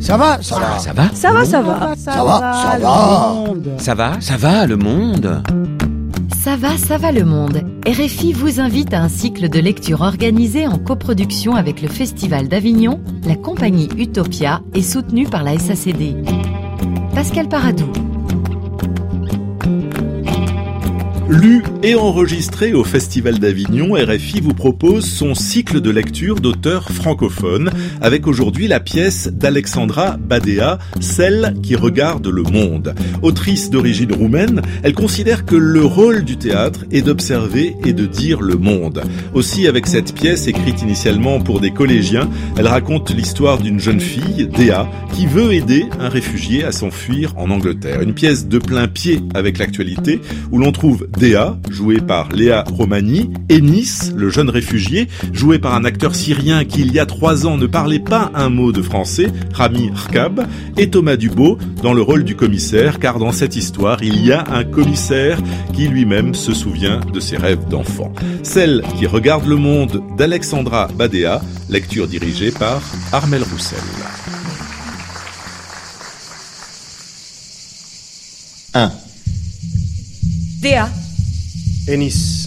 Ça va. Ça va, le monde. Ça va le monde. RFI vous invite à un cycle de lecture organisé en coproduction avec le Festival d'Avignon, la compagnie Utopia et soutenu par la SACD. Pascal Paradou. Lu et enregistré au Festival d'Avignon, RFI vous propose son cycle de lecture d'auteurs francophones, avec aujourd'hui la pièce d'Alexandra Badea, Celle qui regarde le monde. Autrice d'origine roumaine, elle considère que le rôle du théâtre est d'observer et de dire le monde. Aussi, avec cette pièce écrite initialement pour des collégiens, elle raconte l'histoire d'une jeune fille, Dea, qui veut aider un réfugié à s'enfuir en Angleterre. Une pièce de plein pied avec l'actualité, où l'on trouve Dea, jouée par Léa Romani, Enis, le jeune réfugié, joué par un acteur syrien qui il y a 3 ans ne parlait pas un mot de français, Rami Rkab, et Thomas Dubos dans le rôle du commissaire, car dans cette histoire, il y a un commissaire qui lui-même se souvient de ses rêves d'enfant. Celle qui regarde le monde d'Alexandra Badea, lecture dirigée par Armel Roussel. 1. Dea, Enis,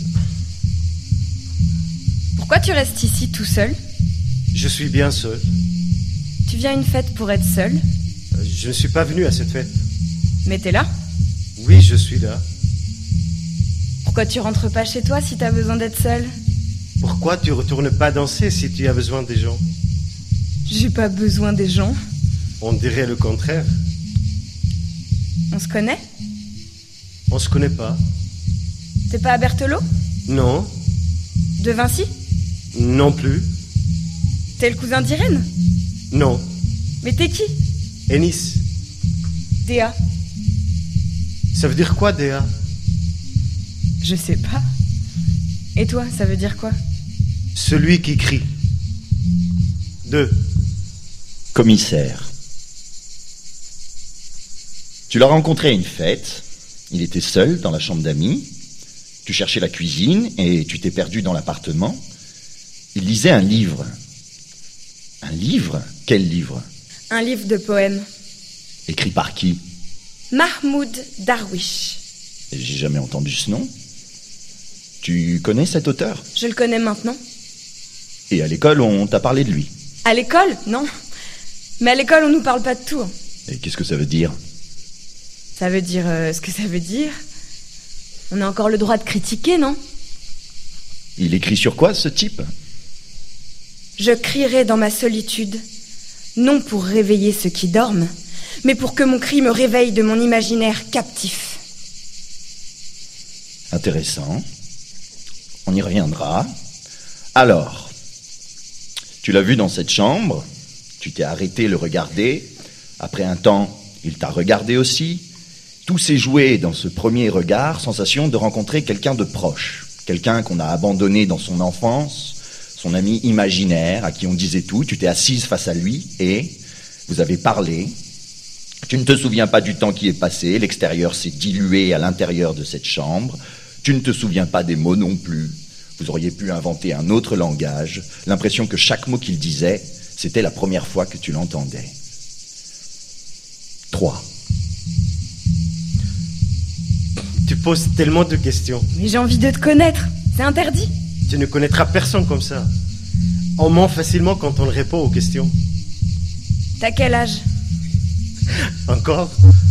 pourquoi tu restes ici tout seul? je suis bien seul. Tu viens à une fête pour être seul? Je ne suis pas venu à cette fête. Mais t'es là? Oui, je suis là. Pourquoi tu rentres pas chez toi si t'as besoin d'être seul? Pourquoi tu retournes pas danser si tu as besoin des gens? J'ai pas besoin des gens. On dirait le contraire. On se connaît? On se connaît pas. T'es pas à Berthelot? Non, De Vinci? non plus. T'es le cousin d'Irène? Non. Mais t'es qui? Enis, Dea. ça veut dire quoi, Dea? Je sais pas. Et toi, ça veut dire quoi? Celui qui crie. 2. Commissaire. Tu l'as rencontré à une fête. Il était seul dans la chambre d'amis. Tu cherchais la cuisine et tu t'es perdu dans l'appartement. Il lisait un livre. Un livre? Quel livre? Un livre de poèmes. Écrit par qui? Mahmoud Darwish. J'ai jamais entendu ce nom. Tu connais cet auteur? Je le connais maintenant. Et à l'école, on t'a parlé de lui. À l'école? Non. Mais à l'école, on nous parle pas de tout. Et qu'est-ce que ça veut dire? Ça veut dire ce que ça veut dire. On a encore le droit de critiquer, non? Il écrit sur quoi, ce type? Je crierai dans ma solitude, non pour réveiller ceux qui dorment, mais pour que mon cri me réveille de mon imaginaire captif. Intéressant. On y reviendra. Alors, tu l'as vu dans cette chambre, tu t'es arrêté le regarder. Après un temps, il t'a regardé aussi. Tout s'est joué dans ce premier regard, sensation de rencontrer quelqu'un de proche, quelqu'un qu'on a abandonné dans son enfance, son ami imaginaire à qui on disait tout. Tu t'es assise face à lui et vous avez parlé. Tu ne te souviens pas du temps qui est passé, l'extérieur s'est dilué à l'intérieur de cette chambre. Tu ne te souviens pas des mots non plus. Vous auriez pu inventer un autre langage, l'impression que chaque mot qu'il disait, c'était la première fois que tu l'entendais. 3. Tu poses tellement de questions. Mais j'ai envie de te connaître, c'est interdit. Tu ne connaîtras personne comme ça. On ment facilement quand on répond aux questions. T'as quel âge? Encore?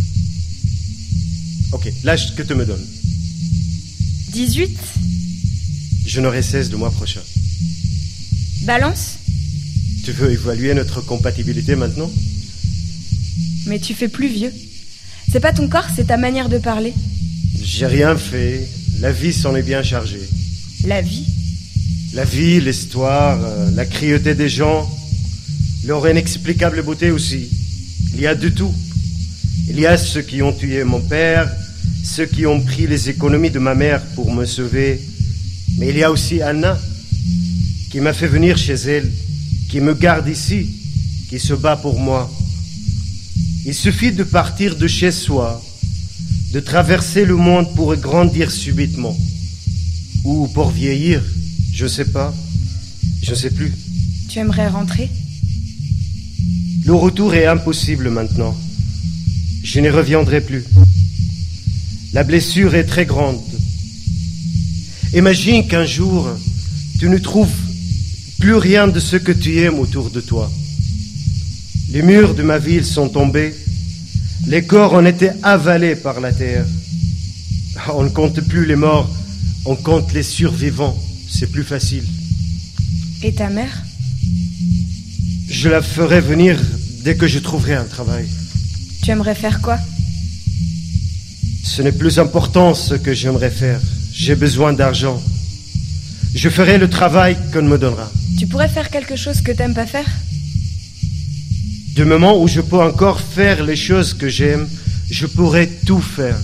Ok, l'âge que tu me donnes. 18? Je n'aurai 16 le mois prochain. Balance? Tu veux évaluer notre compatibilité maintenant? Mais tu fais plus vieux. C'est pas ton corps, c'est ta manière de parler. J'ai rien fait. La vie s'en est bien chargée. La vie? La vie, l'histoire, la cruauté des gens, leur inexplicable beauté aussi. Il y a de tout. Il y a ceux qui ont tué mon père, ceux qui ont pris les économies de ma mère pour me sauver. Mais il y a aussi Anna, qui m'a fait venir chez elle, qui me garde ici, qui se bat pour moi. Il suffit de partir de chez soi, de traverser le monde pour grandir subitement. Ou pour vieillir, je sais pas, je sais plus. Tu aimerais rentrer? Le retour est impossible maintenant. Je n'y reviendrai plus. La blessure est très grande. Imagine qu'un jour, tu ne trouves plus rien de ce que tu aimes autour de toi. Les murs de ma ville sont tombés. Les corps ont été avalés par la terre. On ne compte plus les morts, on compte les survivants. C'est plus facile. Et ta mère? Je la ferai venir dès que je trouverai un travail. Tu aimerais faire quoi? Ce n'est plus important ce que j'aimerais faire. J'ai besoin d'argent. Je ferai le travail qu'on me donnera. Tu pourrais faire quelque chose que t'aimes pas faire? Du moment où je peux encore faire les choses que j'aime, je pourrais tout faire.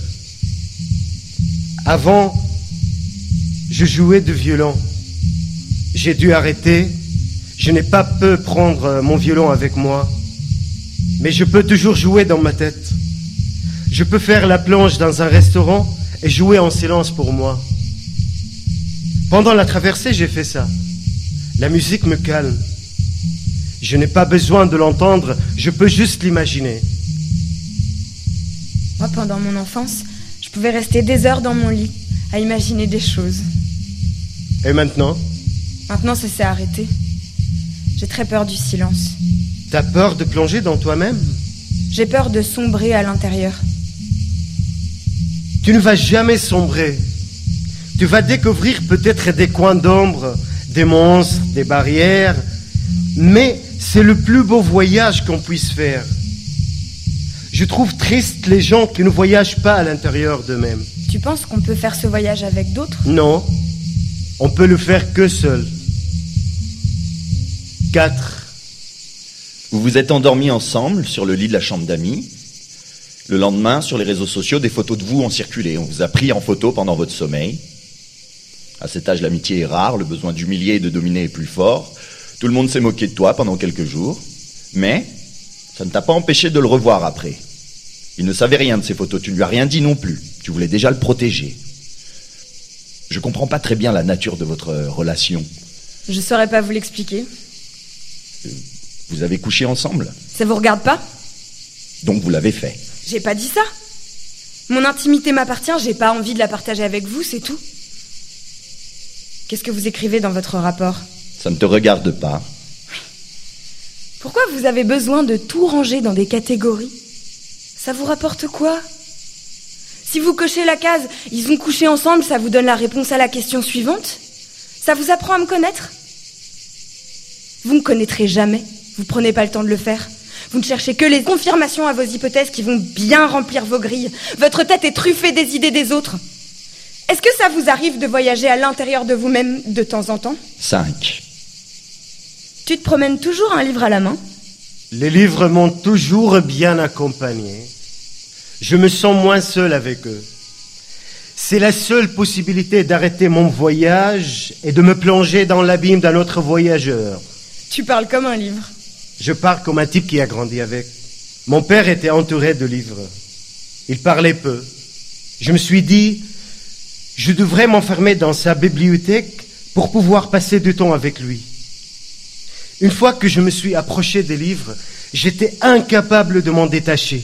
Avant, je jouais du violon. J'ai dû arrêter. Je n'ai pas pu prendre mon violon avec moi. Mais je peux toujours jouer dans ma tête. Je peux faire la planche dans un restaurant et jouer en silence pour moi. Pendant la traversée, j'ai fait ça. La musique me calme. Je n'ai pas besoin de l'entendre, je peux juste l'imaginer. Moi, pendant mon enfance, je pouvais rester des heures dans mon lit, à imaginer des choses. Et maintenant? Maintenant, ça s'est arrêté. J'ai très peur du silence. T'as peur de plonger dans toi-même? J'ai peur de sombrer à l'intérieur. Tu ne vas jamais sombrer. Tu vas découvrir peut-être des coins d'ombre, des monstres, des barrières, mais c'est le plus beau voyage qu'on puisse faire. Je trouve triste les gens qui ne voyagent pas à l'intérieur d'eux-mêmes. Tu penses qu'on peut faire ce voyage avec d'autres? Non, on peut le faire que seul. 4. Vous vous êtes endormis ensemble sur le lit de la chambre d'amis. Le lendemain, sur les réseaux sociaux, des photos de vous ont circulé. On vous a pris en photo pendant votre sommeil. À cet âge, l'amitié est rare, le besoin d'humilier et de dominer est plus fort. Tout le monde s'est moqué de toi pendant quelques jours. Mais ça ne t'a pas empêché de le revoir après. Il ne savait rien de ces photos, tu ne lui as rien dit non plus. Tu voulais déjà le protéger. Je comprends pas très bien la nature de votre relation. Je saurais pas vous l'expliquer. Vous avez couché ensemble? Ça vous regarde pas? Donc vous l'avez fait. J'ai pas dit ça. Mon intimité m'appartient, j'ai pas envie de la partager avec vous, c'est tout. Qu'est-ce que vous écrivez dans votre rapport? Ça ne te regarde pas. Pourquoi vous avez besoin de tout ranger dans des catégories? Ça vous rapporte quoi? Si vous cochez la case « Ils ont couché ensemble », ça vous donne la réponse à la question suivante? Ça vous apprend à me connaître? Vous me connaîtrez jamais. Vous prenez pas le temps de le faire. Vous ne cherchez que les confirmations à vos hypothèses qui vont bien remplir vos grilles. Votre tête est truffée des idées des autres. Est-ce que ça vous arrive de voyager à l'intérieur de vous-même de temps en temps? 5. Tu te promènes toujours un livre à la main? Les livres m'ont toujours bien accompagné. Je me sens moins seul avec eux. C'est la seule possibilité d'arrêter mon voyage et de me plonger dans l'abîme d'un autre voyageur. Tu parles comme un livre. Je parle comme un type qui a grandi avec. Mon père était entouré de livres. Il parlait peu. Je me suis dit, je devrais m'enfermer dans sa bibliothèque pour pouvoir passer du temps avec lui. Une fois que je me suis approché des livres, j'étais incapable de m'en détacher.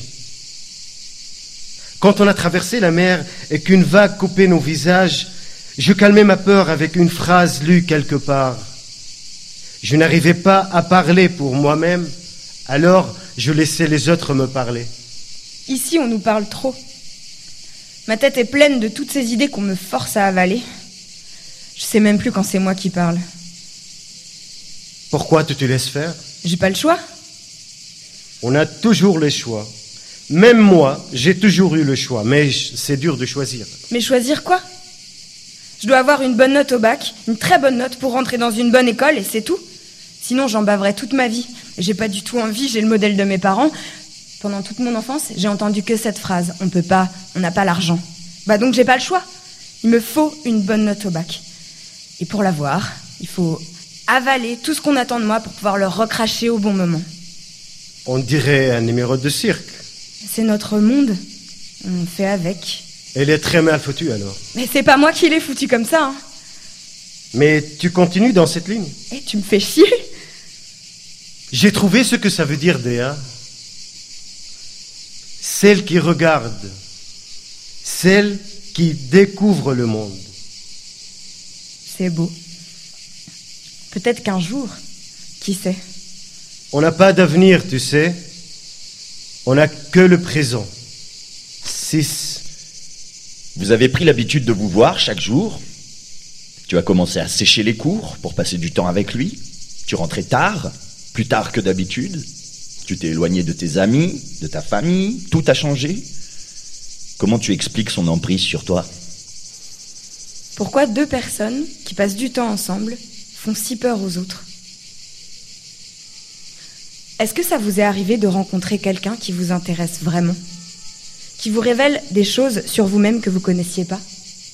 Quand on a traversé la mer et qu'une vague coupait nos visages, je calmais ma peur avec une phrase lue quelque part. Je n'arrivais pas à parler pour moi-même, alors je laissais les autres me parler. Ici, on nous parle trop. Ma tête est pleine de toutes ces idées qu'on me force à avaler. Je sais même plus quand c'est moi qui parle. Pourquoi tu te laisses faire? J'ai pas le choix. On a toujours le choix. Même moi, j'ai toujours eu le choix, mais c'est dur de choisir. Mais choisir quoi? Je dois avoir une bonne note au bac, une très bonne note pour rentrer dans une bonne école, et c'est tout. Sinon, j'en baverai toute ma vie. Et j'ai pas du tout envie, j'ai le modèle de mes parents. Pendant toute mon enfance, j'ai entendu que cette phrase. On peut pas, on n'a pas l'argent. Bah donc j'ai pas le choix. Il me faut une bonne note au bac. Et pour l'avoir, il faut avaler tout ce qu'on attend de moi pour pouvoir le recracher au bon moment. On dirait un numéro de cirque. C'est notre monde. On fait avec. Elle est très mal foutue alors. Mais c'est pas moi qui l'ai foutu comme ça, hein. Mais tu continues dans cette ligne? Tu me fais chier. J'ai trouvé ce que ça veut dire, Déa. Celle qui regarde, celle qui découvre le monde. C'est beau. Peut-être qu'un jour, qui sait? On n'a pas d'avenir, tu sais. On n'a que le présent. 6. Vous avez pris l'habitude de vous voir chaque jour. Tu as commencé à sécher les cours pour passer du temps avec lui. Tu rentrais tard, plus tard que d'habitude. Tu t'es éloigné de tes amis, de ta famille. Tout a changé. Comment tu expliques son emprise sur toi? Pourquoi 2 personnes qui passent du temps ensemble font si peur aux autres? Est-ce que ça vous est arrivé de rencontrer quelqu'un qui vous intéresse vraiment? Qui vous révèle des choses sur vous-même que vous connaissiez pas?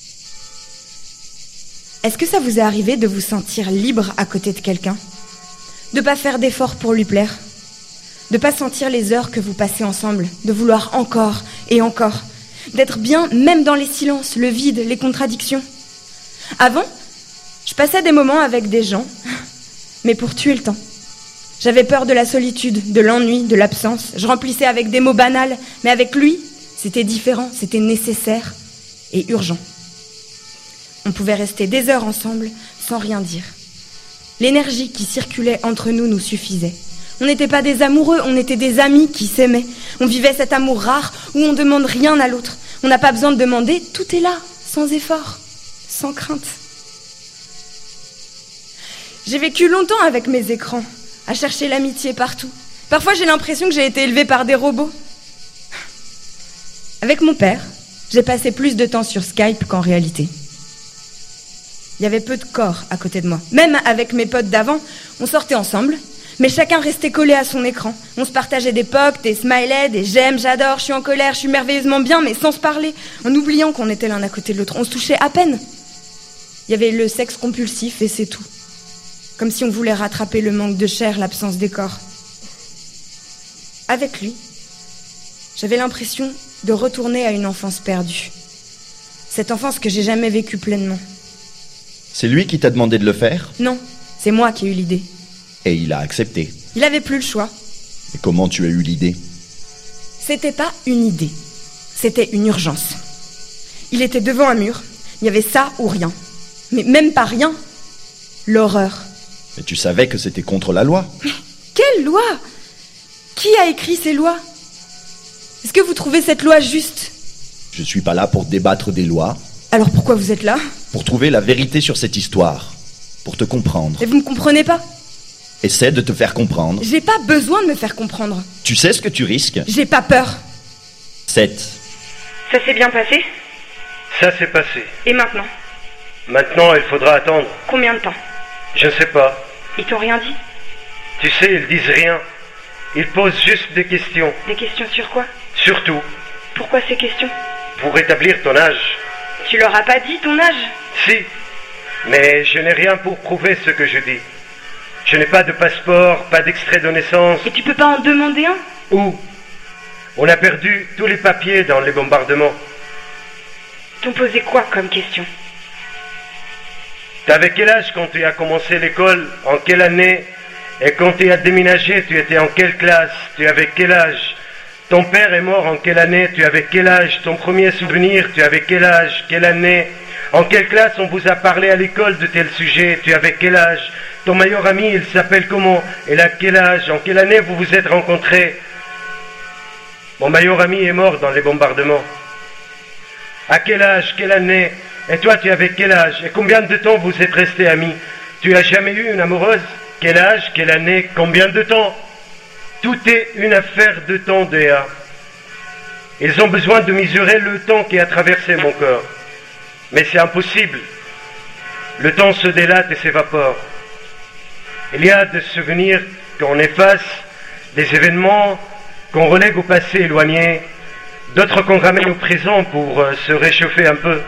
Est-ce que ça vous est arrivé de vous sentir libre à côté de quelqu'un? De pas faire d'efforts pour lui plaire? De pas sentir les heures que vous passez ensemble? De vouloir encore et encore? D'être bien même dans les silences, le vide, les contradictions? Avant, je passais des moments avec des gens, mais pour tuer le temps. J'avais peur de la solitude, de l'ennui, de l'absence. Je remplissais avec des mots banals, mais avec lui, c'était différent, c'était nécessaire et urgent. On pouvait rester des heures ensemble sans rien dire. L'énergie qui circulait entre nous suffisait. On n'était pas des amoureux, on était des amis qui s'aimaient. On vivait cet amour rare où on ne demande rien à l'autre. On n'a pas besoin de demander, tout est là, sans effort, sans crainte. J'ai vécu longtemps avec mes écrans, à chercher l'amitié partout. Parfois j'ai l'impression que j'ai été élevée par des robots. Avec mon père, j'ai passé plus de temps sur Skype qu'en réalité. Il y avait peu de corps à côté de moi. Même avec mes potes d'avant, on sortait ensemble, mais chacun restait collé à son écran. On se partageait des pocs, des smileys, des j'aime, j'adore, je suis en colère, je suis merveilleusement bien, mais sans se parler, en oubliant qu'on était l'un à côté de l'autre. On se touchait à peine. Il y avait le sexe compulsif et c'est tout. Comme si on voulait rattraper le manque de chair, l'absence des corps. Avec lui, j'avais l'impression de retourner à une enfance perdue. Cette enfance que j'ai jamais vécue pleinement. C'est lui qui t'a demandé de le faire? Non, c'est moi qui ai eu l'idée. Et il a accepté. Il avait plus le choix. Et comment tu as eu l'idée? C'était pas une idée, c'était une urgence. Il était devant un mur, il y avait ça ou rien. Mais même pas rien, l'horreur. Mais tu savais que c'était contre la loi. Mais quelle loi? Qui a écrit ces lois? Est-ce que vous trouvez cette loi juste? Je suis pas là pour débattre des lois. Alors pourquoi vous êtes là? Pour trouver la vérité sur cette histoire. Pour te comprendre. Et vous me comprenez pas? Essaie de te faire comprendre. J'ai pas besoin de me faire comprendre. Tu sais ce que tu risques? J'ai pas peur. 7. Ça s'est bien passé? Ça s'est passé. Et maintenant? Maintenant, il faudra attendre. Combien de temps? Je ne sais pas. Ils t'ont rien dit? Tu sais, ils disent rien. Ils posent juste des questions. Des questions sur quoi? Surtout, Pourquoi ces questions? pour rétablir ton âge. Tu leur as pas dit ton âge? Si, mais je n'ai rien pour prouver ce que je dis. Je n'ai pas de passeport, pas d'extrait de naissance. Et tu peux pas en demander un? Où? On a perdu tous les papiers dans les bombardements. T'ont posé quoi comme question? T'avais quel âge quand tu as commencé l'école? En quelle année? Et quand tu as déménagé, tu étais en quelle classe? Tu avais quel âge? Ton père est mort en quelle année? Tu avais quel âge? Ton premier souvenir, tu avais quel âge? Quelle année? En quelle classe on vous a parlé à l'école de tel sujet? Tu avais quel âge? Ton meilleur ami, il s'appelle comment? Il a quel âge? En quelle année vous vous êtes rencontrés? Mon meilleur ami est mort dans les bombardements. À quel âge? Quelle année? Et toi, tu avais quel âge? Et combien de temps vous êtes restés amis? Tu as jamais eu une amoureuse? Quel âge? Quelle année? Combien de temps? Tout est une affaire de temps, Déa. Ils ont besoin de mesurer le temps qui a traversé mon corps. Mais c'est impossible. Le temps se délate et s'évapore. Il y a des souvenirs qu'on efface, des événements qu'on relègue au passé éloigné, d'autres qu'on ramène au présent pour se réchauffer un peu.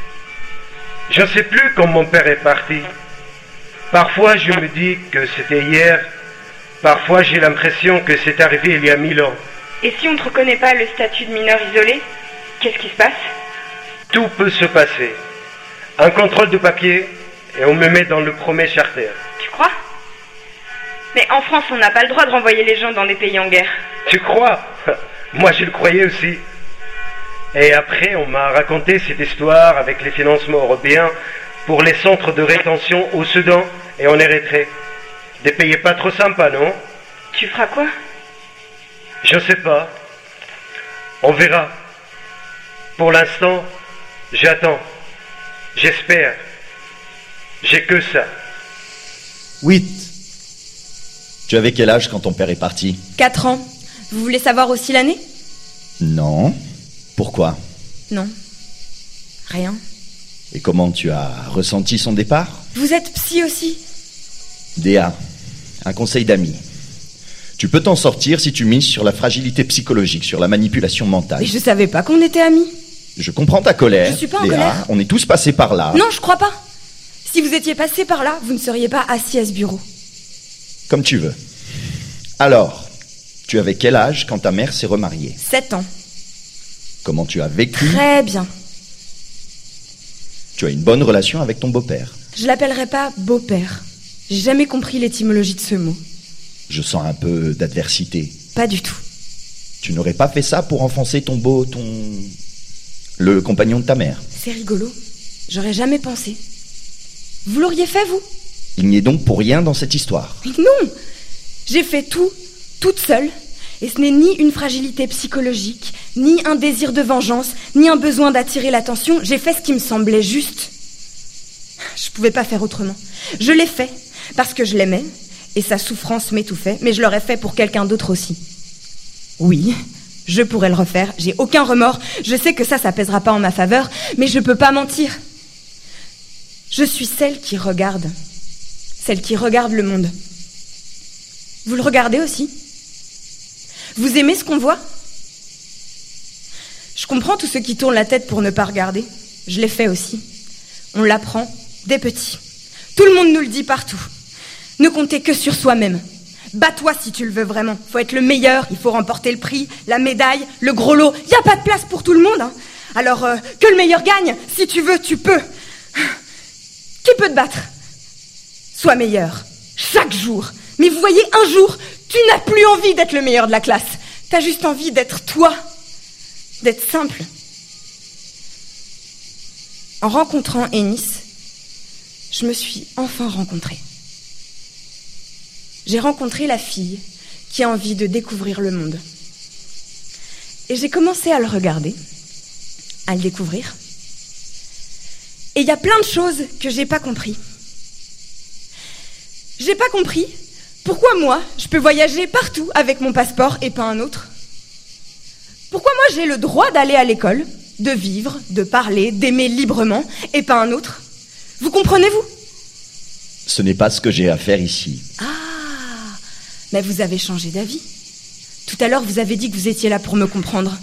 Je ne sais plus quand mon père est parti. Parfois je me dis que c'était hier, parfois j'ai l'impression que c'est arrivé il y a 1000 ans. Et si on ne te reconnaît pas le statut de mineur isolé, qu'est-ce qui se passe? Tout peut se passer. Un contrôle de papier et on me met dans le premier charter. Tu crois? Mais en France, on n'a pas le droit de renvoyer les gens dans des pays en guerre. Tu crois? Moi, je le croyais aussi. Et après, on m'a raconté cette histoire avec les financements européens pour les centres de rétention au Soudan et en Érythrée. Des pays pas trop sympas, non? Tu feras quoi? Je sais pas. On verra. Pour l'instant, j'attends. J'espère. J'ai que ça. 8. Tu avais quel âge quand ton père est parti? 4 ans. Vous voulez savoir aussi l'année? Non. Pourquoi? Non. Rien. Et comment tu as ressenti son départ? Vous êtes psy aussi? Déa, un conseil d'ami. Tu peux t'en sortir si tu mises sur la fragilité psychologique, sur la manipulation mentale. Mais je savais pas qu'on était amis. Je comprends ta colère. Je suis pas en Déa, colère. on est tous passés par là. Non, je crois pas. Si vous étiez passé par là, vous ne seriez pas assis à ce bureau. Comme tu veux. Alors, tu avais quel âge quand ta mère s'est remariée? 7 ans. Comment tu as vécu? Très bien. Tu as une bonne relation avec ton beau-père. Je l'appellerai pas beau-père. J'ai jamais compris l'étymologie de ce mot. Je sens un peu d'adversité. Pas du tout. Tu n'aurais pas fait ça pour enfoncer le compagnon de ta mère? C'est rigolo. J'aurais jamais pensé. Vous l'auriez fait, vous? Il n'y est donc pour rien dans cette histoire. Mais non! J'ai fait tout, toute seule. Et ce n'est ni une fragilité psychologique, ni un désir de vengeance, ni un besoin d'attirer l'attention. J'ai fait ce qui me semblait juste. Je pouvais pas faire autrement. Je l'ai fait parce que je l'aimais, et sa souffrance m'étouffait, mais je l'aurais fait pour quelqu'un d'autre aussi. Oui, je pourrais le refaire, j'ai aucun remords, je sais que ça pèsera pas en ma faveur, mais je peux pas mentir. Je suis celle qui regarde le monde. Vous le regardez aussi? Vous aimez ce qu'on voit? Je comprends tous ceux qui tournent la tête pour ne pas regarder. Je l'ai fait aussi. On l'apprend dès petit. Tout le monde nous le dit partout. Ne comptez que sur soi-même. Bats-toi si tu le veux vraiment. Faut être le meilleur, il faut remporter le prix, la médaille, le gros lot. Y a pas de place pour tout le monde, hein. Alors, que le meilleur gagne. Si tu veux, tu peux. Qui peut te battre? Sois meilleur. Chaque jour. Mais vous voyez, un jour, tu n'as plus envie d'être le meilleur de la classe. T'as juste envie d'être toi. D'être simple. En rencontrant Ennis, je me suis enfin rencontrée. J'ai rencontré la fille qui a envie de découvrir le monde. Et j'ai commencé à le regarder, à le découvrir. Et il y a plein de choses que j'ai pas compris. J'ai pas compris pourquoi moi, je peux voyager partout avec mon passeport et pas un autre. Pourquoi moi, j'ai le droit d'aller à l'école, de vivre, de parler, d'aimer librement et pas un autre. Vous comprenez-vous? Ce n'est pas ce que j'ai à faire ici. Ah, mais vous avez changé d'avis. Tout à l'heure, vous avez dit que vous étiez là pour me comprendre.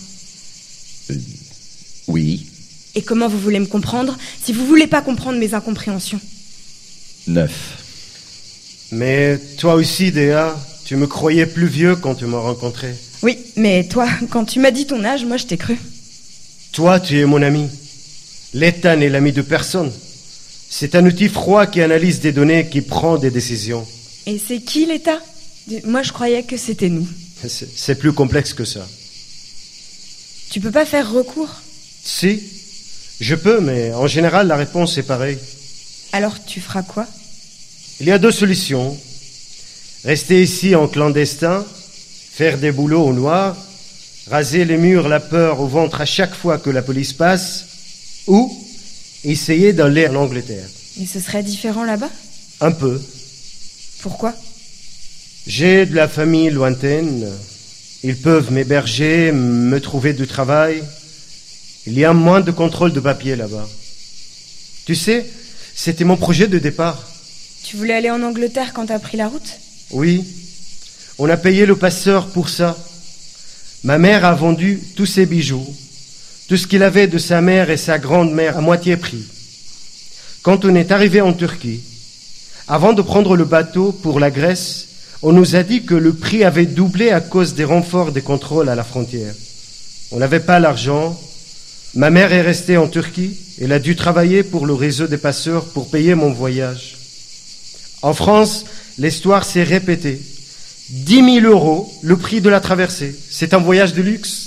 Oui. Et comment vous voulez me comprendre si vous voulez pas comprendre mes incompréhensions? 9. Mais toi aussi, Déa, tu me croyais plus vieux quand tu m'as rencontré. Oui, mais toi, quand tu m'as dit ton âge, moi je t'ai cru. Toi, tu es mon ami. L'État n'est l'ami de personne. C'est un outil froid qui analyse des données, qui prend des décisions. Et c'est qui l'État? Moi je croyais que c'était nous. C'est plus complexe que ça. Tu peux pas faire recours? Si, je peux, mais en général, la réponse est pareille. Alors tu feras quoi? Il y a 2 solutions. Rester ici en clandestin, faire des boulots au noir, raser les murs, la peur au ventre à chaque fois que la police passe, ou essayer d'aller en Angleterre. Et ce serait différent là-bas? Un peu. Pourquoi? J'ai de la famille lointaine. Ils peuvent m'héberger, me trouver du travail. Il y a moins de contrôle de papier là-bas. Tu sais, c'était mon projet de départ. Tu voulais aller en Angleterre quand t'as pris la route? Oui, on a payé le passeur pour ça. Ma mère a vendu tous ses bijoux, tout ce qu'il avait de sa mère et sa grand-mère à moitié prix. Quand on est arrivé en Turquie, avant de prendre le bateau pour la Grèce, on nous a dit que le prix avait doublé à cause des renforts des contrôles à la frontière. On n'avait pas l'argent. Ma mère est restée en Turquie. Elle a dû travailler pour le réseau des passeurs pour payer mon voyage. En France, l'histoire s'est répétée. 10 000 euros, le prix de la traversée. C'est un voyage de luxe.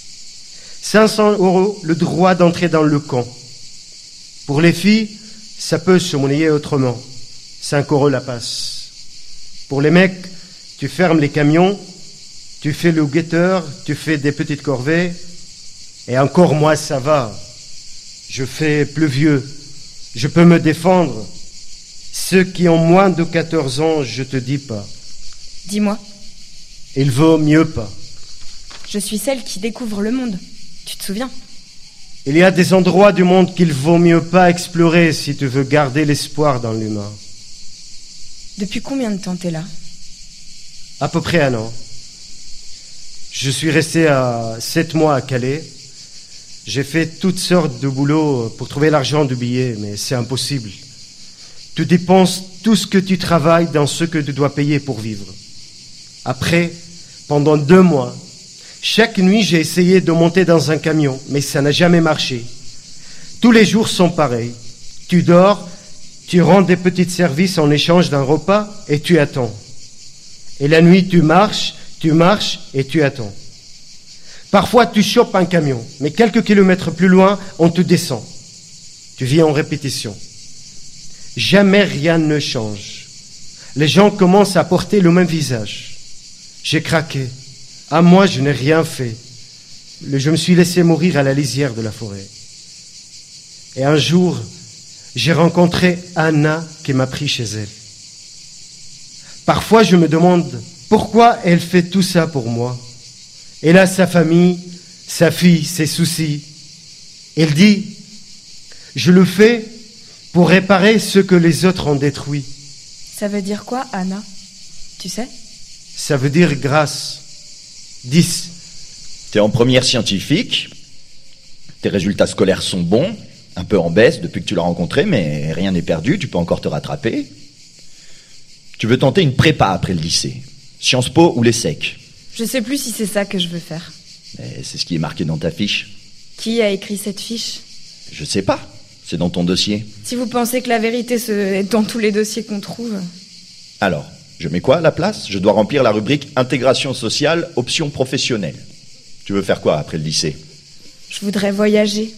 500 euros, le droit d'entrer dans le camp. Pour les filles, ça peut se monnayer autrement. 5 euros la passe. Pour les mecs, tu fermes les camions, tu fais le guetteur, tu fais des petites corvées. Et encore moi, ça va. Je fais plus vieux. Je peux me défendre. Ceux qui ont moins de 14 ans, je te dis pas. Dis-moi. Il vaut mieux pas. Je suis celle qui découvre le monde. Tu te souviens? Il y a des endroits du monde qu'il vaut mieux pas explorer si tu veux garder l'espoir dans l'humain. Depuis combien de temps t'es là? À peu près 1 an. Je suis resté 7 mois à Calais. J'ai fait toutes sortes de boulots pour trouver l'argent du billet, mais c'est impossible. Tu dépenses tout ce que tu travailles dans ce que tu dois payer pour vivre. Après, pendant 2 mois, chaque nuit j'ai essayé de monter dans un camion, mais ça n'a jamais marché. Tous les jours sont pareils. Tu dors, tu rends des petits services en échange d'un repas et tu attends. Et la nuit tu marches et tu attends. Parfois tu chopes un camion, mais quelques kilomètres plus loin, on te descend. Tu vis en répétition. Jamais rien ne change. Les gens commencent à porter le même visage. J'ai craqué. Ah, moi, je n'ai rien fait. Je me suis laissé mourir à la lisière de la forêt. Et un jour, j'ai rencontré Anna qui m'a pris chez elle. Parfois, je me demande pourquoi elle fait tout ça pour moi. Elle a sa famille, sa fille, ses soucis. Elle dit, je le fais pour réparer ce que les autres ont détruit. Ça veut dire quoi, Anna? Tu sais? Ça veut dire grâce. 10. T'es en première scientifique. Tes résultats scolaires sont bons. Un peu en baisse depuis que tu l'as rencontré, mais rien n'est perdu, tu peux encore te rattraper. Tu veux tenter une prépa après le lycée. Sciences Po ou l'ESSEC. Je sais plus si c'est ça que je veux faire. Mais c'est ce qui est marqué dans ta fiche. Qui a écrit cette fiche? Je sais pas. C'est dans ton dossier. Si vous pensez que la vérité est dans tous les dossiers qu'on trouve... Alors, je mets quoi à la place? Je dois remplir la rubrique intégration sociale, option professionnelle. Tu veux faire quoi après le lycée? Je voudrais voyager.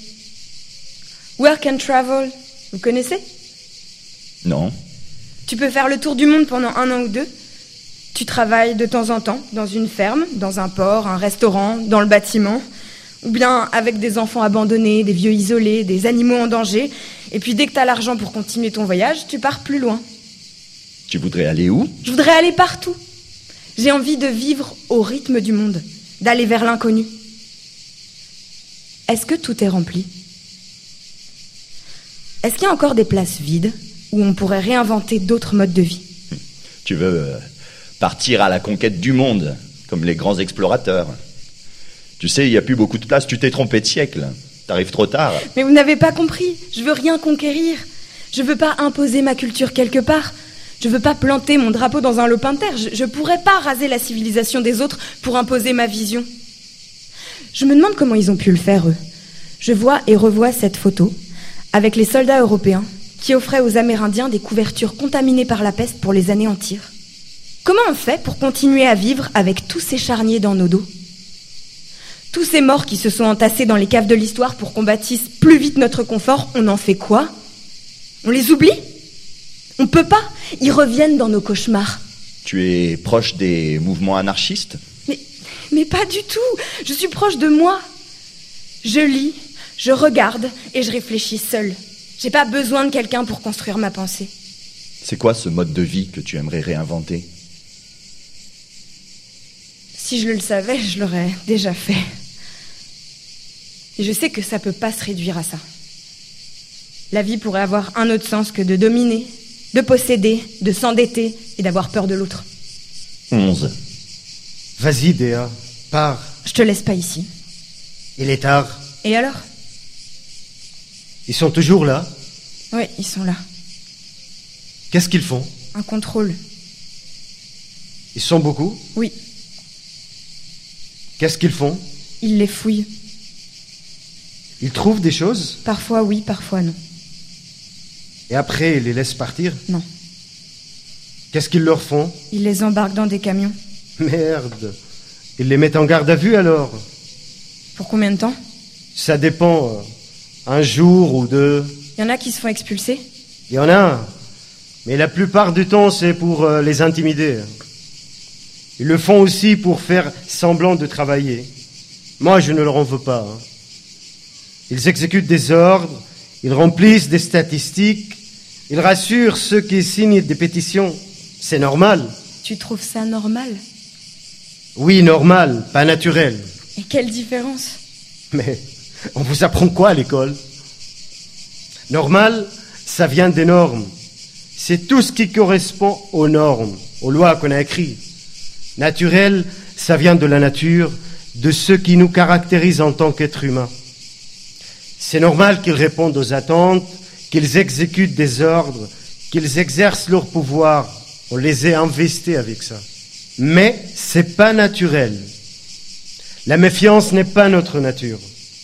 Work and travel, vous connaissez? Non. Tu peux faire le tour du monde pendant 1 an ou 2. Tu travailles de temps en temps dans une ferme, dans un port, un restaurant, dans le bâtiment, ou bien avec des enfants abandonnés, des vieux isolés, des animaux en danger. Et puis dès que t'as l'argent pour continuer ton voyage, tu pars plus loin. Tu voudrais aller où? Je voudrais aller partout. J'ai envie de vivre au rythme du monde, d'aller vers l'inconnu. Est-ce que tout est rempli? Est-ce qu'il y a encore des places vides où on pourrait réinventer d'autres modes de vie? Tu veux partir à la conquête du monde, comme les grands explorateurs. Tu sais, il n'y a plus beaucoup de place, tu t'es trompé de siècle. T'arrives trop tard. Mais vous n'avez pas compris, je veux rien conquérir. Je veux pas imposer ma culture quelque part. Je veux pas planter mon drapeau dans un lopin de terre. Je pourrais pas raser la civilisation des autres pour imposer ma vision. Je me demande comment ils ont pu le faire, eux. Je vois et revois cette photo avec les soldats européens qui offraient aux Amérindiens des couvertures contaminées par la peste pour les anéantir. Comment on fait pour continuer à vivre avec tous ces charniers dans nos dos? Tous ces morts qui se sont entassés dans les caves de l'histoire pour qu'on bâtisse plus vite notre confort, on en fait quoi? On les oublie? On peut pas. Ils reviennent dans nos cauchemars. Tu es proche des mouvements anarchistes? Mais pas du tout. Je suis proche de moi. Je lis, je regarde et je réfléchis seule. J'ai pas besoin de quelqu'un pour construire ma pensée. C'est quoi ce mode de vie que tu aimerais réinventer? Si je le savais, je l'aurais déjà fait. Et je sais que ça peut pas se réduire à ça. La vie pourrait avoir un autre sens que de dominer, de posséder, de s'endetter et d'avoir peur de l'autre. 11. Vas-y, Déa, pars. Je te laisse pas ici. Il est tard. Et alors? Ils sont toujours là? Oui, ils sont là. Qu'est-ce qu'ils font? Un contrôle. Ils sont beaucoup? Oui. Qu'est-ce qu'ils font? Ils les fouillent. Ils trouvent des choses? Parfois oui, parfois non. Et après, ils les laissent partir? Non. Qu'est-ce qu'ils leur font? Ils les embarquent dans des camions. Merde. Ils les mettent en garde à vue alors? Pour combien de temps? Ça dépend. Un jour ou deux. Il y en a qui se font expulser. Il y en a. Mais la plupart du temps, c'est pour les intimider. Ils le font aussi pour faire semblant de travailler. Moi, je ne leur en veux pas. Ils exécutent des ordres, ils remplissent des statistiques, ils rassurent ceux qui signent des pétitions. C'est normal. Tu trouves ça normal? Oui, normal, pas naturel. Et quelle différence? Mais on vous apprend quoi à l'école? Normal, ça vient des normes. C'est tout ce qui correspond aux normes, aux lois qu'on a écrites. Naturel, ça vient de la nature, de ce qui nous caractérise en tant qu'êtres humains. C'est normal qu'ils répondent aux attentes, qu'ils exécutent des ordres, qu'ils exercent leur pouvoir. On les a investis avec ça. Mais c'est pas naturel. La méfiance n'est pas notre nature.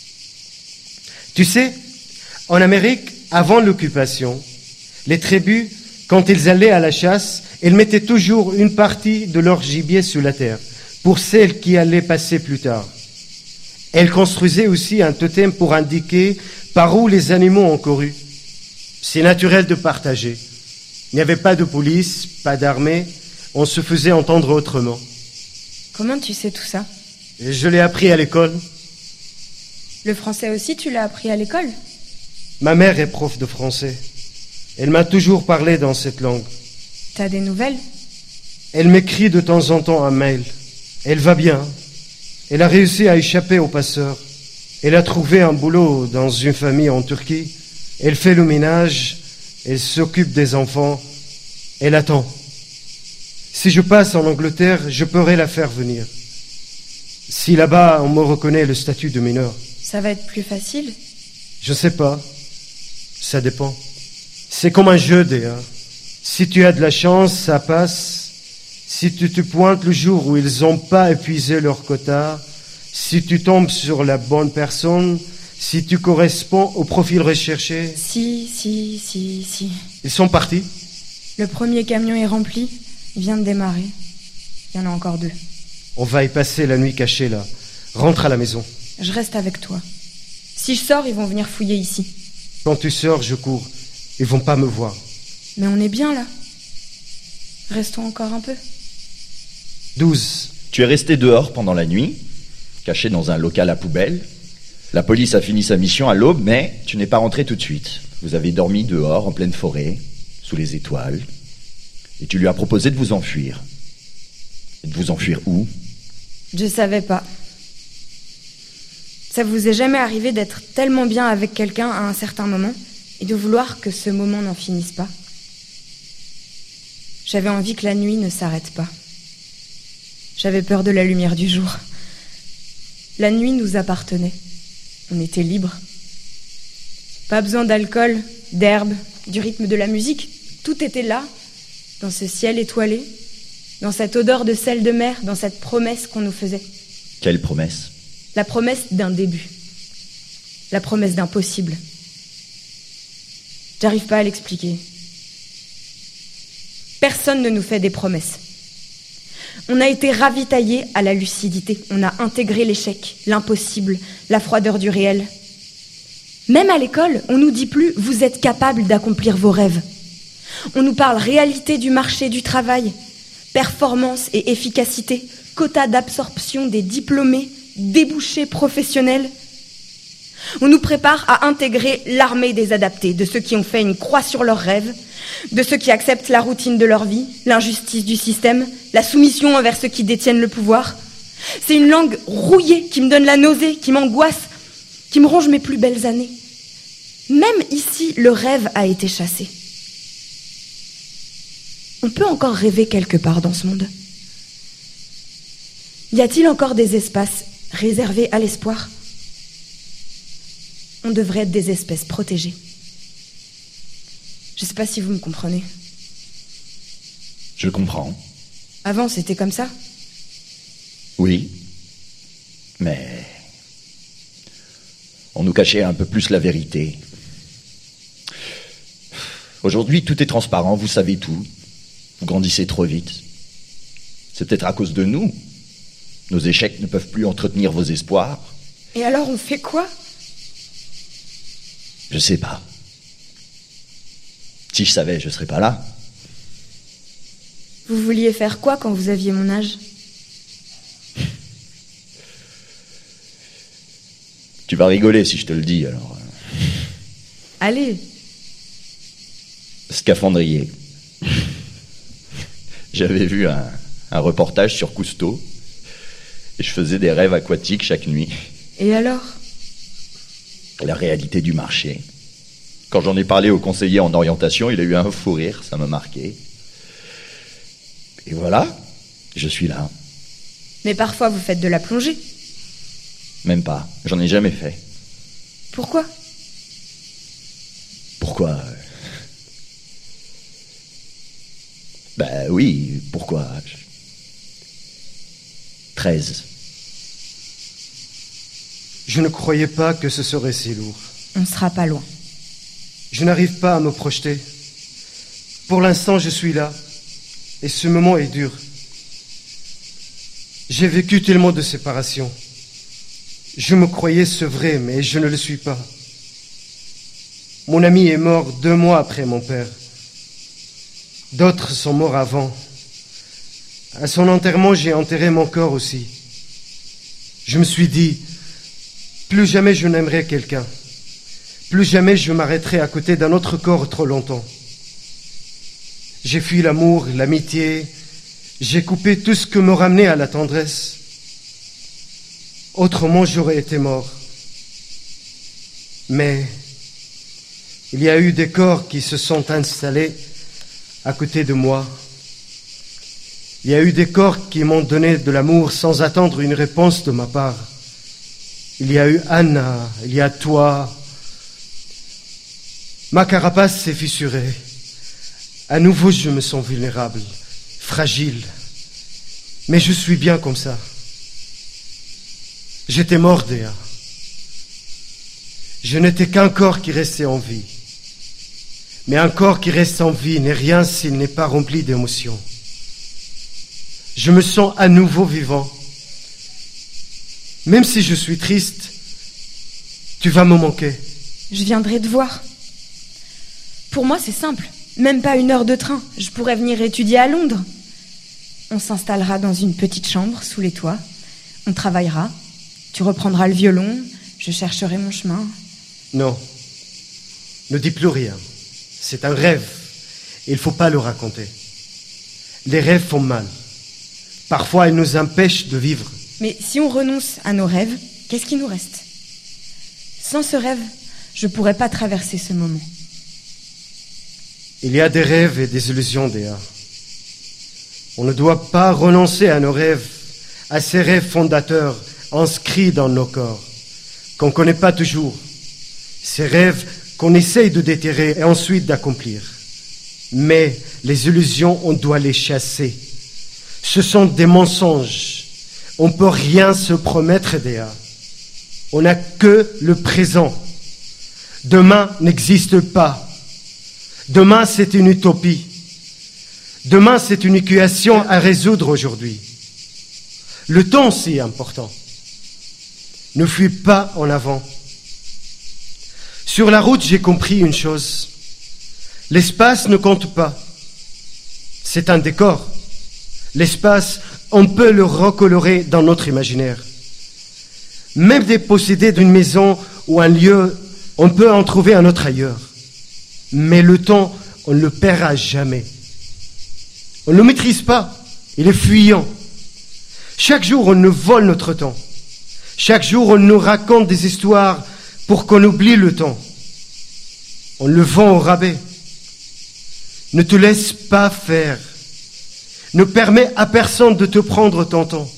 Tu sais, en Amérique, avant l'occupation, les tribus, quand ils allaient à la chasse, ils mettaient toujours une partie de leur gibier sous la terre, pour celles qui allaient passer plus tard. Elles construisaient aussi un totem pour indiquer par où les animaux ont couru. C'est naturel de partager. Il n'y avait pas de police, pas d'armée, on se faisait entendre autrement. Comment tu sais tout ça? Et je l'ai appris à l'école. Le français aussi, tu l'as appris à l'école? Ma mère est prof de français. Elle m'a toujours parlé dans cette langue. T'as des nouvelles? Elle m'écrit de temps en temps un mail. Elle va bien. Elle a réussi à échapper aux passeurs. Elle a trouvé un boulot dans une famille en Turquie. Elle fait le ménage. Elle s'occupe des enfants. Elle attend. Si je passe en Angleterre, je pourrai la faire venir. Si là-bas, on me reconnaît le statut de mineur. Ça va être plus facile? Je sais pas. Ça dépend. C'est comme un jeu, Déa. Si tu as de la chance, ça passe. Si tu te pointes le jour où ils n'ont pas épuisé leur quota, si tu tombes sur la bonne personne, si tu corresponds au profil recherché... Si. Ils sont partis. Le premier camion est rempli. Il vient de démarrer. Il y en a encore 2. On va y passer la nuit cachée, là. Rentre à la maison. Je reste avec toi. Si je sors, ils vont venir fouiller ici. Quand tu sors, je cours. Ils vont pas me voir. Mais on est bien, là. Restons encore un peu. 12. Tu es resté dehors pendant la nuit, caché dans un local à poubelle. La police a fini sa mission à l'aube, mais tu n'es pas rentré tout de suite. Vous avez dormi dehors, en pleine forêt, sous les étoiles. Et tu lui as proposé de vous enfuir. Et de vous enfuir où? Je savais pas. Ça vous est jamais arrivé d'être tellement bien avec quelqu'un à un certain moment et de vouloir que ce moment n'en finisse pas? J'avais envie que la nuit ne s'arrête pas. J'avais peur de la lumière du jour. La nuit nous appartenait. On était libres. Pas besoin d'alcool, d'herbe, du rythme de la musique. Tout était là, dans ce ciel étoilé, dans cette odeur de sel de mer, dans cette promesse qu'on nous faisait. Quelle promesse? La promesse d'un début. La promesse d'un possible. J'arrive pas à l'expliquer. Personne ne nous fait des promesses. On a été ravitaillés à la lucidité. On a intégré l'échec, l'impossible, la froideur du réel. Même à l'école, on nous dit plus « vous êtes capable d'accomplir vos rêves ». On nous parle réalité du marché du travail, performance et efficacité, quota d'absorption des diplômés, débouchés professionnels. On nous prépare à intégrer l'armée des adaptés, de ceux qui ont fait une croix sur leurs rêves, de ceux qui acceptent la routine de leur vie, l'injustice du système, la soumission envers ceux qui détiennent le pouvoir. C'est une langue rouillée qui me donne la nausée, qui m'angoisse, qui me ronge mes plus belles années. Même ici, le rêve a été chassé. On peut encore rêver quelque part dans ce monde. Y a-t-il encore des espaces réservés à l'espoir? On devrait être des espèces protégées. Je ne sais pas si vous me comprenez. Je comprends. Avant, c'était comme ça? Oui. Mais on nous cachait un peu plus la vérité. Aujourd'hui, tout est transparent, vous savez tout. Vous grandissez trop vite. C'est peut-être à cause de nous. Nos échecs ne peuvent plus entretenir vos espoirs. Et alors on fait quoi? Je sais pas. Si je savais, je serais pas là. Vous vouliez faire quoi quand vous aviez mon âge? Tu vas rigoler si je te le dis, alors. Allez. Scaphandrier. J'avais vu un reportage sur Cousteau et je faisais des rêves aquatiques chaque nuit. Et alors? La réalité du marché. Quand j'en ai parlé au conseiller en orientation, il a eu un fou rire, ça m'a marqué. Et voilà, je suis là. Mais parfois vous faites de la plongée. Même pas, j'en ai jamais fait. Pourquoi? Pourquoi? Ben oui, pourquoi? 13. Je ne croyais pas que ce serait si lourd. On sera pas loin. Je n'arrive pas à me projeter. Pour l'instant, je suis là. Et ce moment est dur. J'ai vécu tellement de séparations. Je me croyais sevré, mais je ne le suis pas. Mon ami est mort 2 mois après mon père. D'autres sont morts avant. À son enterrement, j'ai enterré mon corps aussi. Je me suis dit, plus jamais je n'aimerai quelqu'un. Plus jamais je m'arrêterai à côté d'un autre corps trop longtemps. J'ai fui l'amour, l'amitié. J'ai coupé tout ce que me ramenait à la tendresse. Autrement, j'aurais été mort. Mais il y a eu des corps qui se sont installés à côté de moi. Il y a eu des corps qui m'ont donné de l'amour sans attendre une réponse de ma part. Il y a eu Anna, il y a toi. Ma carapace s'est fissurée. À nouveau, je me sens vulnérable, fragile. Mais je suis bien comme ça. J'étais mort, Déa. Je n'étais qu'un corps qui restait en vie. Mais un corps qui reste en vie n'est rien s'il n'est pas rempli d'émotions. Je me sens à nouveau vivant. Même si je suis triste, tu vas me manquer. Je viendrai te voir. Pour moi, c'est simple. Même pas 1 heure de train. Je pourrais venir étudier à Londres. On s'installera dans une petite chambre sous les toits. On travaillera. Tu reprendras le violon. Je chercherai mon chemin. Non. Ne dis plus rien. C'est un rêve. Il ne faut pas le raconter. Les rêves font mal. Parfois, ils nous empêchent de vivre. Mais si on renonce à nos rêves, qu'est-ce qui nous reste? Sans ce rêve, je ne pourrais pas traverser ce moment. Il y a des rêves et des illusions, Déa. On ne doit pas renoncer à nos rêves, à ces rêves fondateurs inscrits dans nos corps, qu'on ne connaît pas toujours. Ces rêves qu'on essaye de déterrer et ensuite d'accomplir. Mais les illusions, on doit les chasser. Ce sont des mensonges. On ne peut rien se promettre, Déa. On n'a que le présent. Demain n'existe pas. Demain, c'est une utopie. Demain, c'est une équation à résoudre aujourd'hui. Le temps aussi est important. Ne fuis pas en avant. Sur la route, j'ai compris une chose. L'espace ne compte pas. C'est un décor. L'espace, on peut le recolorer dans notre imaginaire. Même dépossédé d'une maison ou un lieu, on peut en trouver un autre ailleurs. Mais le temps, on ne le perdra jamais. On ne le maîtrise pas. Il est fuyant. Chaque jour, on nous vole notre temps. Chaque jour, on nous raconte des histoires pour qu'on oublie le temps. On le vend au rabais. Ne te laisse pas faire. Ne permets à personne de te prendre ton temps.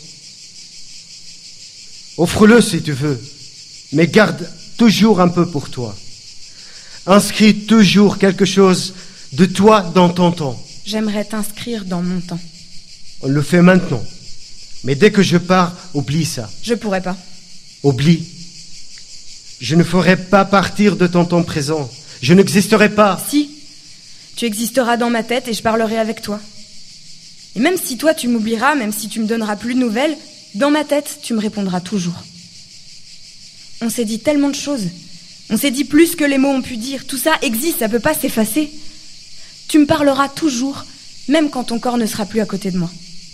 Offre-le si tu veux, mais garde toujours un peu pour toi. Inscris toujours quelque chose de toi dans ton temps. J'aimerais t'inscrire dans mon temps. On le fait maintenant. Mais dès que je pars, oublie ça. Je pourrais pas. Oublie. Je ne ferai pas partir de ton temps présent. Je n'existerai pas. Si. Tu existeras dans ma tête et je parlerai avec toi. Et même si toi tu m'oublieras, même si tu me donneras plus de nouvelles, dans ma tête, tu me répondras toujours. On s'est dit tellement de choses. On s'est dit plus que les mots ont pu dire. Tout ça existe, ça peut pas s'effacer. Tu me parleras toujours, même quand ton corps ne sera plus à côté de moi.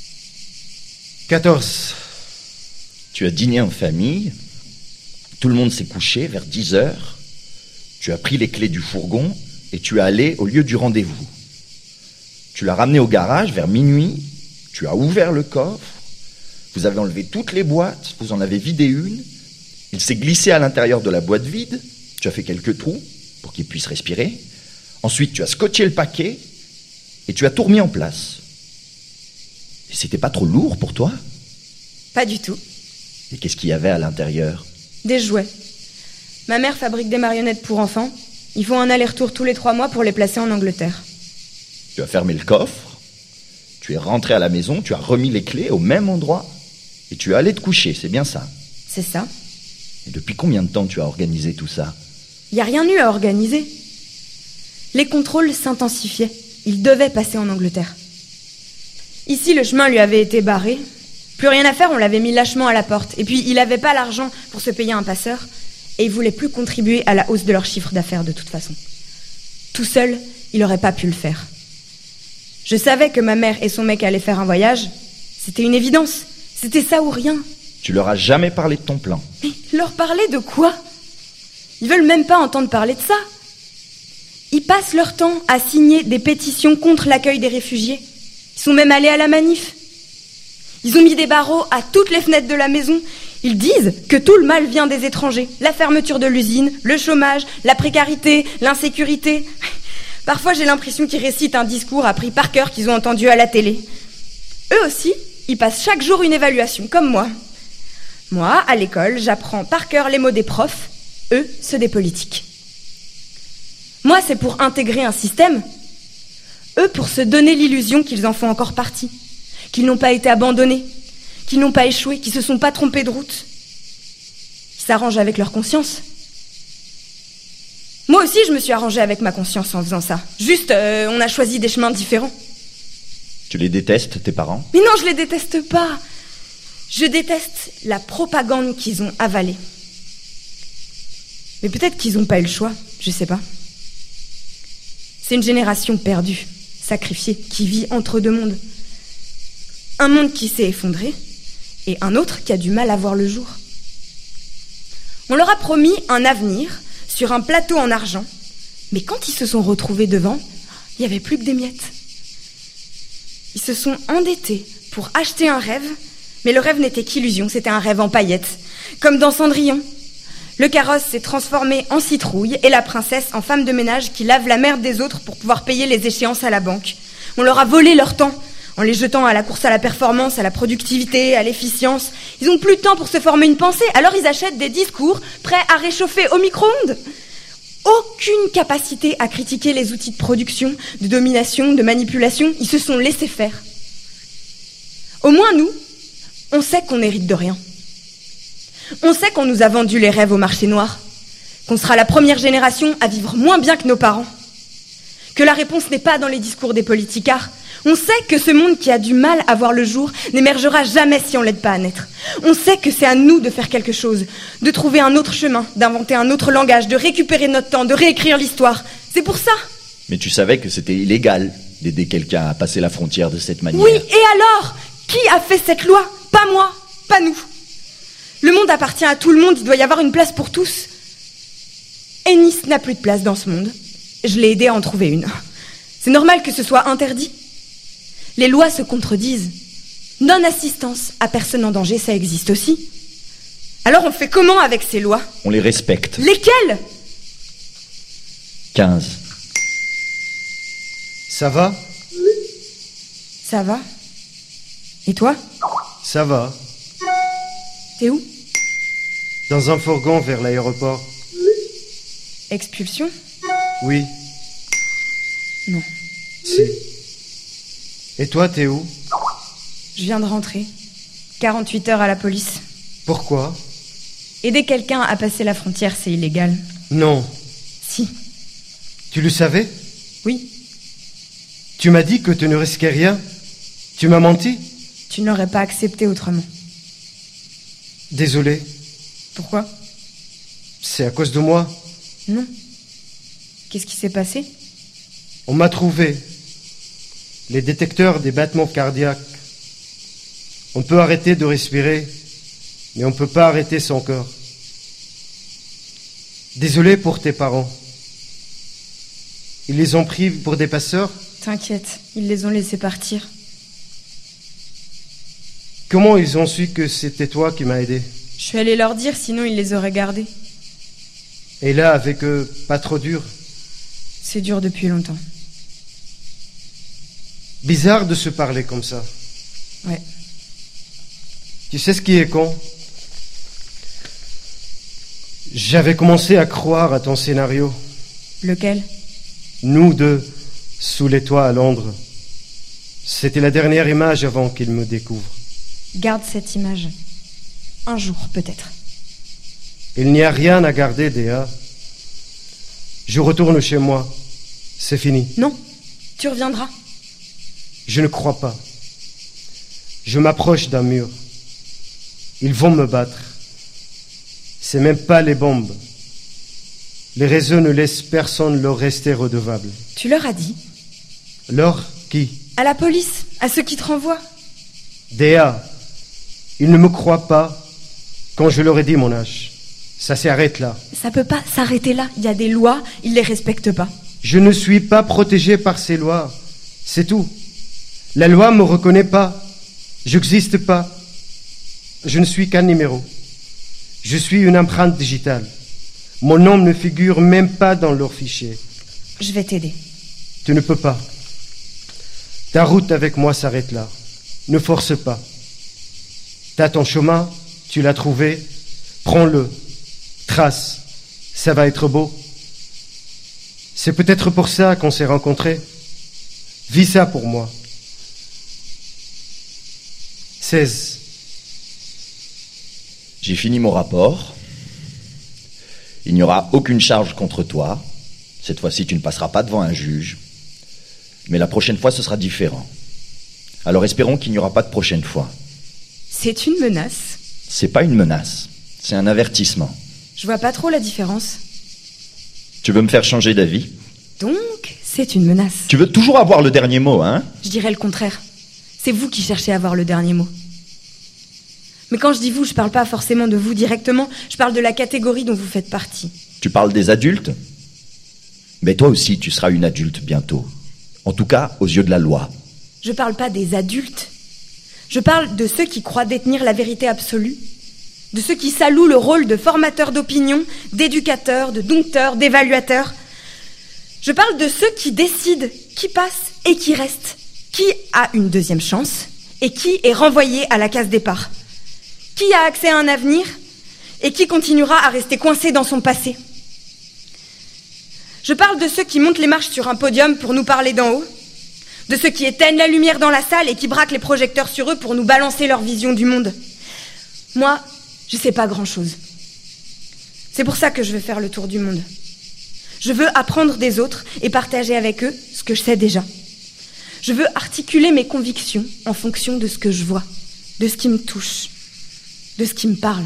14. Tu as dîné en famille. Tout le monde s'est couché vers 10h. Tu as pris les clés du fourgon et tu es allé au lieu du rendez-vous. Tu l'as ramené au garage vers minuit. Tu as ouvert le coffre. Vous avez enlevé toutes les boîtes. Vous en avez vidé une. Il s'est glissé à l'intérieur de la boîte vide. Tu as fait quelques trous pour qu'il puisse respirer. Ensuite, tu as scotché le paquet et tu as tout remis en place. Et c'était pas trop lourd pour toi? Pas du tout. Et qu'est-ce qu'il y avait à l'intérieur? Des jouets. Ma mère fabrique des marionnettes pour enfants. Ils font un aller-retour tous les 3 mois pour les placer en Angleterre. Tu as fermé le coffre, tu es rentré à la maison, tu as remis les clés au même endroit et tu es allé te coucher, c'est bien ça? C'est ça. Et depuis combien de temps tu as organisé tout ça? Il n'y a rien eu à organiser. Les contrôles s'intensifiaient. Il devait passer en Angleterre. Ici, le chemin lui avait été barré. Plus rien à faire, on l'avait mis lâchement à la porte. Et puis, il n'avait pas l'argent pour se payer un passeur. Et il voulait plus contribuer à la hausse de leur chiffre d'affaires de toute façon. Tout seul, il n'aurait pas pu le faire. Je savais que ma mère et son mec allaient faire un voyage. C'était une évidence. C'était ça ou rien. Tu leur as jamais parlé de ton plan? Mais leur parler de quoi? Ils veulent même pas entendre parler de ça. Ils passent leur temps à signer des pétitions contre l'accueil des réfugiés. Ils sont même allés à la manif. Ils ont mis des barreaux à toutes les fenêtres de la maison. Ils disent que tout le mal vient des étrangers. La fermeture de l'usine, le chômage, la précarité, l'insécurité. Parfois, j'ai l'impression qu'ils récitent un discours appris par cœur qu'ils ont entendu à la télé. Eux aussi, ils passent chaque jour une évaluation, comme moi. Moi, à l'école, j'apprends par cœur les mots des profs. Eux, ceux des politiques. Moi, c'est pour intégrer un système. Eux, pour se donner l'illusion qu'ils en font encore partie. Qu'ils n'ont pas été abandonnés. Qu'ils n'ont pas échoué. Qu'ils se sont pas trompés de route. Ils s'arrangent avec leur conscience. Moi aussi, je me suis arrangée avec ma conscience en faisant ça. Juste, on a choisi des chemins différents. Tu les détestes, tes parents? Mais non, je les déteste pas. Je déteste la propagande qu'ils ont avalée. Mais peut-être qu'ils n'ont pas eu le choix, je sais pas. C'est une génération perdue, sacrifiée, qui vit entre deux mondes. Un monde qui s'est effondré et un autre qui a du mal à voir le jour. On leur a promis un avenir sur un plateau en argent, mais quand ils se sont retrouvés devant, il n'y avait plus que des miettes. Ils se sont endettés pour acheter un rêve, mais le rêve n'était qu'illusion, c'était un rêve en paillettes, comme dans Cendrillon. Le carrosse s'est transformé en citrouille et la princesse en femme de ménage qui lave la merde des autres pour pouvoir payer les échéances à la banque. On leur a volé leur temps en les jetant à la course à la performance, à la productivité, à l'efficience. Ils n'ont plus de temps pour se former une pensée, alors ils achètent des discours prêts à réchauffer au micro-ondes. Aucune capacité à critiquer les outils de production, de domination, de manipulation. Ils se sont laissés faire. Au moins nous, on sait qu'on n'hérite de rien. On sait qu'on nous a vendu les rêves au marché noir, qu'on sera la première génération à vivre moins bien que nos parents, que la réponse n'est pas dans les discours des politicards. On sait que ce monde qui a du mal à voir le jour n'émergera jamais si on l'aide pas à naître. On sait que c'est à nous de faire quelque chose, de trouver un autre chemin, d'inventer un autre langage, de récupérer notre temps, de réécrire l'histoire. C'est pour ça. Mais tu savais que c'était illégal d'aider quelqu'un à passer la frontière de cette manière. Oui, et alors? Qui a fait cette loi? Pas moi, pas nous. Le monde appartient à tout le monde, il doit y avoir une place pour tous. Ennis n'a plus de place dans ce monde. Je l'ai aidé à en trouver une. C'est normal que ce soit interdit. Les lois se contredisent. Non-assistance à personne en danger, ça existe aussi. Alors on fait comment avec ces lois? On les respecte. Lesquelles? 15. Ça va? Ça va. Et toi? Ça va. T'es où? Dans un fourgon vers l'aéroport. Expulsion? Oui. Non. Si. Et toi, t'es où? Je viens de rentrer. 48 heures à la police. Pourquoi? Aider quelqu'un à passer la frontière, c'est illégal. Non. Si. Tu le savais? Oui. Tu m'as dit que tu ne risquais rien. Tu m'as menti? Tu n'aurais pas accepté autrement. Désolé. Pourquoi? C'est à cause de moi. Non. Qu'est-ce qui s'est passé? On m'a trouvé. Les détecteurs des battements cardiaques. On peut arrêter de respirer, mais on ne peut pas arrêter son corps. Désolé pour tes parents. Ils les ont pris pour des passeurs? T'inquiète, ils les ont laissés partir. Comment ils ont su que c'était toi qui m'as aidé? Je suis allée leur dire, sinon ils les auraient gardés. Et là, avec eux, pas trop dur? C'est dur depuis longtemps. Bizarre de se parler comme ça. Ouais. Tu sais ce qui est con? J'avais commencé à croire à ton scénario. Lequel? Nous deux, sous les toits à Londres. C'était la dernière image avant qu'il me découvre. Garde cette image. Un jour, peut-être. Il n'y a rien à garder, Déa. Je retourne chez moi. C'est fini. Non, tu reviendras. Je ne crois pas. Je m'approche d'un mur. Ils vont me battre. C'est même pas les bombes. Les réseaux ne laissent personne leur rester redevable. Tu leur as dit? Leur qui? À la police, à ceux qui te renvoient. Déa, ils ne me croient pas quand je leur ai dit mon âge. Ça s'arrête là. Ça peut pas s'arrêter là. Il y a des lois, ils les respectent pas. Je ne suis pas protégé par ces lois. C'est tout. La loi me reconnaît pas. Je n'existe pas. Je ne suis qu'un numéro. Je suis une empreinte digitale. Mon nom ne figure même pas dans leur fichier. Je vais t'aider. Tu ne peux pas. Ta route avec moi s'arrête là. Ne force pas. T'as ton chemin, tu l'as trouvé. Prends-le. Trace. Ça va être beau. C'est peut-être pour ça qu'on s'est rencontrés. Vis ça pour moi. 16. J'ai fini mon rapport. Il n'y aura aucune charge contre toi. Cette fois-ci, tu ne passeras pas devant un juge. Mais la prochaine fois, ce sera différent. Alors espérons qu'il n'y aura pas de prochaine fois. C'est une menace. C'est pas une menace. C'est un avertissement. Je vois pas trop la différence. Tu veux me faire changer d'avis? Donc, c'est une menace. Tu veux toujours avoir le dernier mot, hein? Je dirais le contraire. C'est vous qui cherchez à avoir le dernier mot. Mais quand je dis vous, je parle pas forcément de vous directement, je parle de la catégorie dont vous faites partie. Tu parles des adultes? Mais toi aussi, tu seras une adulte bientôt. En tout cas, aux yeux de la loi. Je parle pas des adultes. Je parle de ceux qui croient détenir la vérité absolue. De ceux qui saluent le rôle de formateurs d'opinion, d'éducateurs, de dompteurs, d'évaluateurs. Je parle de ceux qui décident qui passe et qui reste, qui a une deuxième chance et qui est renvoyé à la case départ. Qui a accès à un avenir et qui continuera à rester coincé dans son passé. Je parle de ceux qui montent les marches sur un podium pour nous parler d'en haut, de ceux qui éteignent la lumière dans la salle et qui braquent les projecteurs sur eux pour nous balancer leur vision du monde. Moi, je sais pas grand-chose. C'est pour ça que je veux faire le tour du monde. Je veux apprendre des autres et partager avec eux ce que je sais déjà. Je veux articuler mes convictions en fonction de ce que je vois, de ce qui me touche, de ce qui me parle.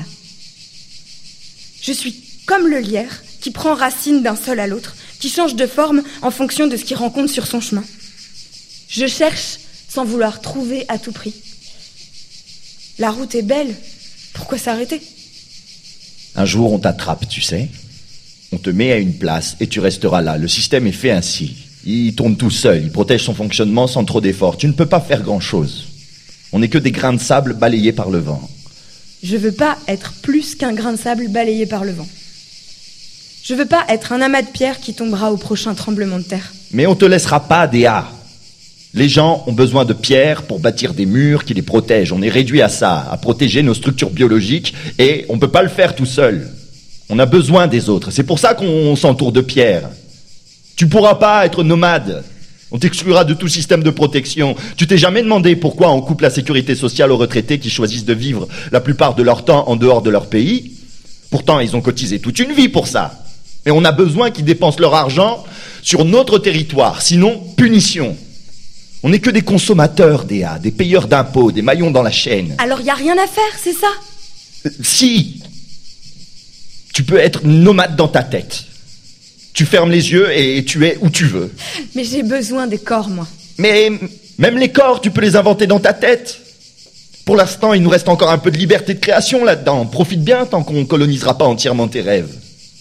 Je suis comme le lierre qui prend racine d'un sol à l'autre, qui change de forme en fonction de ce qu'il rencontre sur son chemin. Je cherche sans vouloir trouver à tout prix. La route est belle, pourquoi s'arrêter? Un jour, on t'attrape, tu sais. On te met à une place et tu resteras là. Le système est fait ainsi. Il tourne tout seul, il protège son fonctionnement sans trop d'efforts. Tu ne peux pas faire grand-chose. On n'est que des grains de sable balayés par le vent. Je veux pas être plus qu'un grain de sable balayé par le vent. Je veux pas être un amas de pierres qui tombera au prochain tremblement de terre. Mais on te laissera pas, Déa. Les gens ont besoin de pierres pour bâtir des murs qui les protègent. On est réduit à ça, à protéger nos structures biologiques, et on peut pas le faire tout seul. On a besoin des autres. C'est pour ça qu'on s'entoure de pierres. Tu pourras pas être nomade. On t'exclura de tout système de protection. Tu t'es jamais demandé pourquoi on coupe la sécurité sociale aux retraités qui choisissent de vivre la plupart de leur temps en dehors de leur pays? Pourtant, ils ont cotisé toute une vie pour ça. Et on a besoin qu'ils dépensent leur argent sur notre territoire. Sinon, punition. On n'est que des consommateurs, Déa, des payeurs d'impôts, des maillons dans la chaîne. Alors y a rien à faire, c'est ça? Si! Tu peux être nomade dans ta tête. Tu fermes les yeux et tu es où tu veux. Mais j'ai besoin des corps, moi. Mais même les corps, tu peux les inventer dans ta tête. Pour l'instant, il nous reste encore un peu de liberté de création là-dedans. Profite bien tant qu'on ne colonisera pas entièrement tes rêves.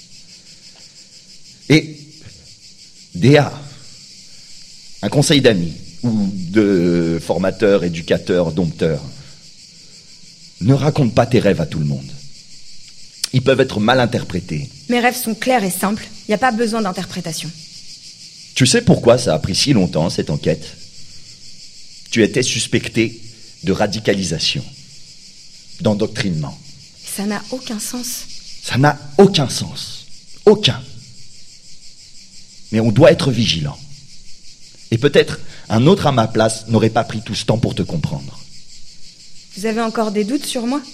Et, Déa, un conseil d'amis, ou de formateur, éducateur, dompteur. Ne raconte pas tes rêves à tout le monde. Ils peuvent être mal interprétés. Mes rêves sont clairs et simples. Il n'y a pas besoin d'interprétation. Tu sais pourquoi ça a pris si longtemps, cette enquête? Tu étais suspecté de radicalisation, d'endoctrinement. Ça n'a aucun sens. Ça n'a aucun sens. Aucun. Mais on doit être vigilant. Et peut-être un autre à ma place n'aurait pas pris tout ce temps pour te comprendre. Vous avez encore des doutes sur moi?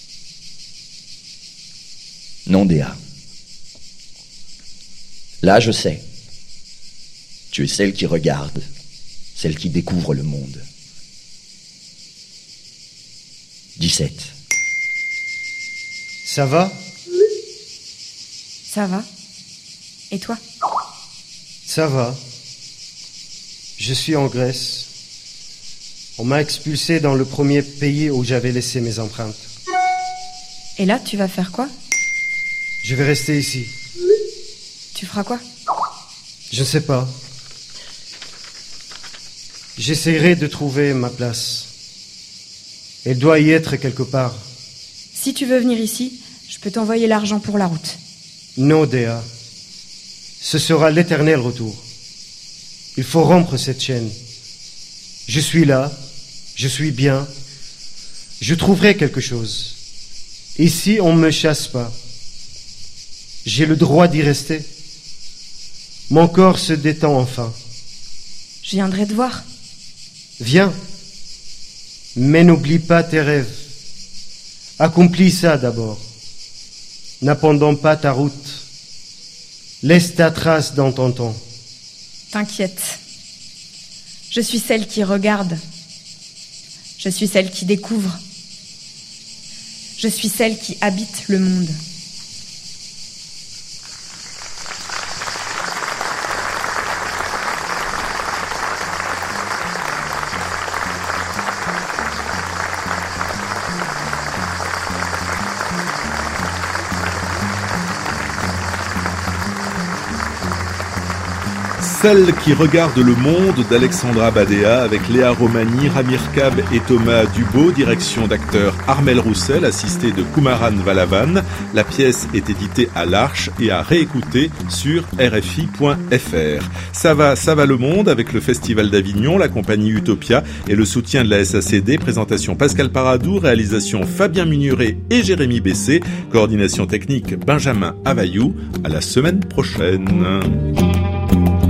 Non, Déa. Là, je sais. Tu es celle qui regarde, celle qui découvre le monde. 17. Ça va? Ça va. Et toi? Ça va. Je suis en Grèce. On m'a expulsé dans le premier pays où j'avais laissé mes empreintes. Et là, tu vas faire quoi? Je vais rester ici. Tu feras quoi? Je ne sais pas. J'essaierai de trouver ma place. Elle doit y être quelque part. Si tu veux venir ici, je peux t'envoyer l'argent pour la route. Non, Déa. Ce sera l'éternel retour. Il faut rompre cette chaîne. Je suis là, je suis bien. Je trouverai quelque chose. Ici, on ne me chasse pas. J'ai le droit d'y rester. Mon corps se détend enfin. Je viendrai te voir. Viens. Mais n'oublie pas tes rêves. Accomplis ça d'abord. N'abandonne pas ta route. Laisse ta trace dans ton temps. T'inquiète. Je suis celle qui regarde. Je suis celle qui découvre. Je suis celle qui habite le monde. Celle qui regarde le monde d'Alexandra Badea avec Léa Romani, Ramir Kab et Thomas Dubo, direction d'acteur Armel Roussel, assisté de Kumaran Valavan. La pièce est éditée à l'Arche et à réécouter sur rfi.fr. Ça va le monde avec le Festival d'Avignon, la compagnie Utopia et le soutien de la SACD. Présentation Pascal Paradou, réalisation Fabien Munuret et Jérémy Bessé, coordination technique Benjamin Availlou. À la semaine prochaine.